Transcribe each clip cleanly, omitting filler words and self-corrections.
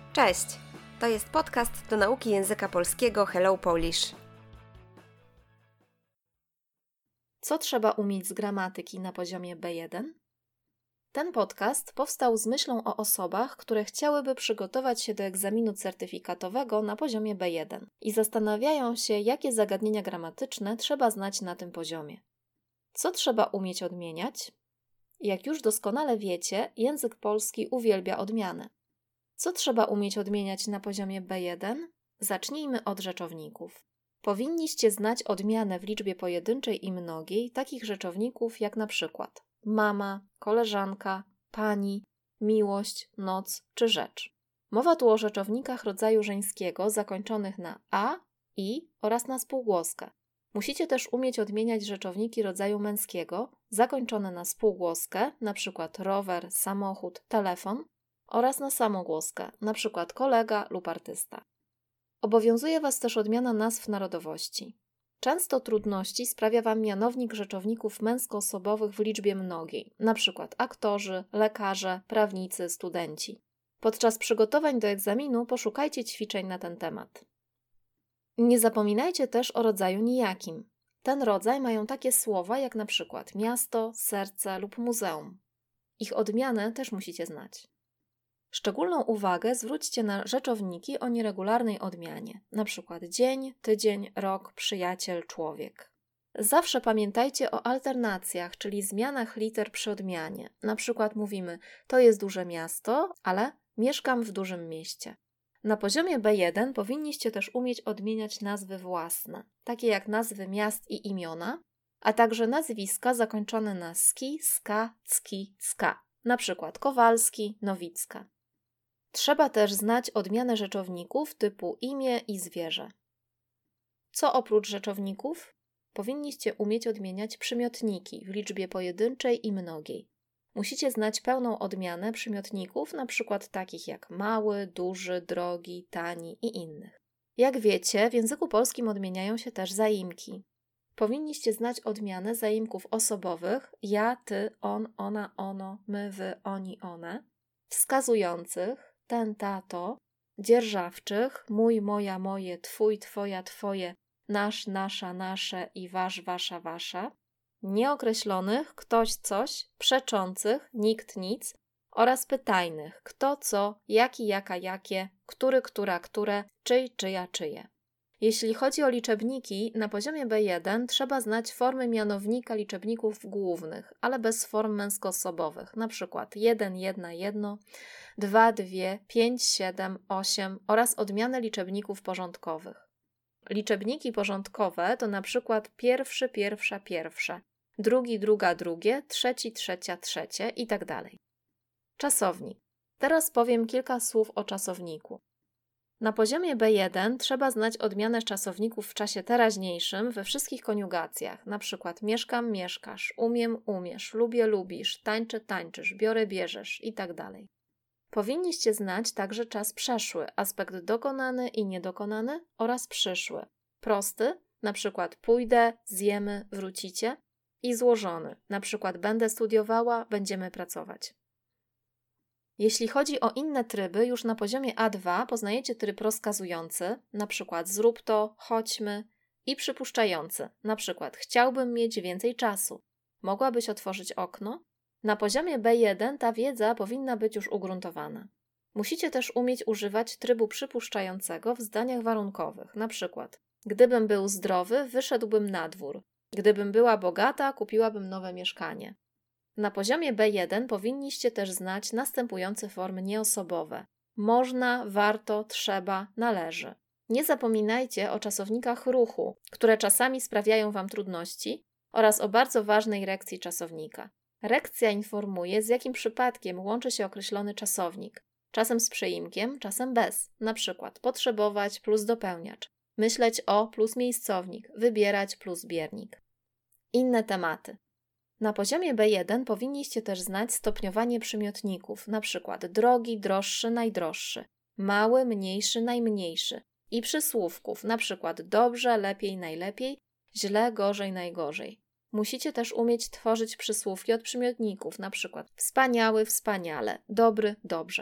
Cześć! To jest podcast do nauki języka polskiego Hello Polish. Co trzeba umieć z gramatyki na poziomie B1? Ten podcast powstał z myślą o osobach, które chciałyby przygotować się do egzaminu certyfikatowego na poziomie B1 i zastanawiają się, jakie zagadnienia gramatyczne trzeba znać na tym poziomie. Co trzeba umieć odmieniać? Jak już doskonale wiecie, język polski uwielbia odmianę. Co trzeba umieć odmieniać na poziomie B1? Zacznijmy od rzeczowników. Powinniście znać odmianę w liczbie pojedynczej i mnogiej takich rzeczowników jak na przykład mama, koleżanka, pani, miłość, noc czy rzecz. Mowa tu o rzeczownikach rodzaju żeńskiego zakończonych na a, i oraz na spółgłoskę. Musicie też umieć odmieniać rzeczowniki rodzaju męskiego zakończone na spółgłoskę, np. rower, samochód, telefon, oraz na samogłoskę, np. kolega lub artysta. Obowiązuje Was też odmiana nazw narodowości. Często trudności sprawia Wam mianownik rzeczowników męskoosobowych w liczbie mnogiej, np. aktorzy, lekarze, prawnicy, studenci. Podczas przygotowań do egzaminu poszukajcie ćwiczeń na ten temat. Nie zapominajcie też o rodzaju nijakim. Ten rodzaj mają takie słowa jak np. miasto, serce lub muzeum. Ich odmianę też musicie znać. Szczególną uwagę zwróćcie na rzeczowniki o nieregularnej odmianie, np. dzień, tydzień, rok, przyjaciel, człowiek. Zawsze pamiętajcie o alternacjach, czyli zmianach liter przy odmianie. Np. mówimy, to jest duże miasto, ale mieszkam w dużym mieście. Na poziomie B1 powinniście też umieć odmieniać nazwy własne, takie jak nazwy miast i imiona, a także nazwiska zakończone na ski, ska, cki, ska, np. Kowalski, Nowicka. Trzeba też znać odmianę rzeczowników typu imię i zwierzę. Co oprócz rzeczowników? Powinniście umieć odmieniać przymiotniki w liczbie pojedynczej i mnogiej. Musicie znać pełną odmianę przymiotników, np. takich jak mały, duży, drogi, tani i innych. Jak wiecie, w języku polskim odmieniają się też zaimki. Powinniście znać odmianę zaimków osobowych ja, ty, on, ona, ono, my, wy, oni, one, wskazujących ten, tato, dzierżawczych mój, moja, moje, twój, twoja, twoje, nasz, nasza, nasze i wasz, wasza, wasza, nieokreślonych ktoś, coś, przeczących nikt, nic oraz pytajnych kto, co, jaki, jaka, jakie, który, która, które, czyj, czyja, czyje. Jeśli chodzi o liczebniki, na poziomie B1 trzeba znać formy mianownika liczebników głównych, ale bez form męskoosobowych, np. 1, 1, 1, 2, 2, 5, 7, 8 oraz odmianę liczebników porządkowych. Liczebniki porządkowe to np. pierwszy, pierwsza, pierwsze, drugi, druga, drugie, trzeci, trzecia, trzecie itd. Czasownik. Teraz powiem kilka słów o czasowniku. Na poziomie B1 trzeba znać odmianę czasowników w czasie teraźniejszym we wszystkich koniugacjach, np. mieszkam, mieszkasz, umiem, umiesz, lubię, lubisz, tańczę, tańczysz, biorę, bierzesz itd. Powinniście znać także czas przeszły, aspekt dokonany i niedokonany oraz przyszły. Prosty, np. pójdę, zjemy, wrócicie i złożony, np. będę studiowała, będziemy pracować. Jeśli chodzi o inne tryby, już na poziomie A2 poznajecie tryb rozkazujący, np. zrób to, chodźmy i przypuszczający, np. chciałbym mieć więcej czasu. Mogłabyś otworzyć okno? Na poziomie B1 ta wiedza powinna być już ugruntowana. Musicie też umieć używać trybu przypuszczającego w zdaniach warunkowych, np. gdybym był zdrowy, wyszedłbym na dwór. Gdybym była bogata, kupiłabym nowe mieszkanie. Na poziomie B1 powinniście też znać następujące formy nieosobowe. Można, warto, trzeba, należy. Nie zapominajcie o czasownikach ruchu, które czasami sprawiają Wam trudności oraz o bardzo ważnej rekcji czasownika. Rekcja informuje, z jakim przypadkiem łączy się określony czasownik. Czasem z przeimkiem, czasem bez. Na przykład potrzebować plus dopełniacz, myśleć o plus miejscownik, wybierać plus biernik. Inne tematy. Na poziomie B1 powinniście też znać stopniowanie przymiotników, np. drogi, droższy, najdroższy, mały, mniejszy, najmniejszy i przysłówków, np. dobrze, lepiej, najlepiej, źle, gorzej, najgorzej. Musicie też umieć tworzyć przysłówki od przymiotników, np. wspaniały, wspaniale, dobry, dobrze.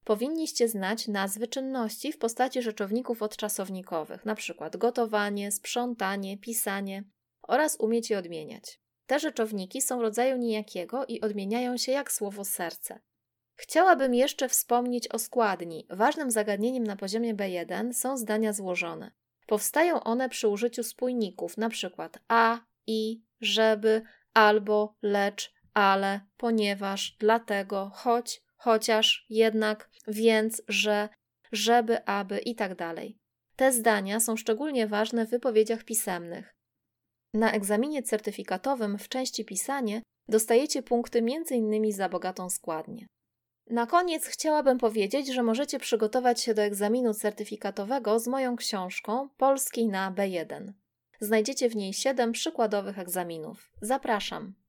powinniście znać nazwy czynności w postaci rzeczowników odczasownikowych, np. gotowanie, sprzątanie, pisanie oraz umieć je odmieniać. Te rzeczowniki są rodzaju nijakiego i odmieniają się jak słowo serce. Chciałabym jeszcze wspomnieć o składni. Ważnym zagadnieniem na poziomie B1 są zdania złożone. Powstają one przy użyciu spójników, np. a, i, żeby, albo, lecz, ale, ponieważ, dlatego, choć, chociaż, jednak, więc, że, żeby, aby itd. Te zdania są szczególnie ważne w wypowiedziach pisemnych. Na egzaminie certyfikatowym w części pisanie dostajecie punkty m.in. za bogatą składnię. Na koniec chciałabym powiedzieć, że możecie przygotować się do egzaminu certyfikatowego z moją książką Polski na B1. Znajdziecie w niej 7 przykładowych egzaminów. Zapraszam!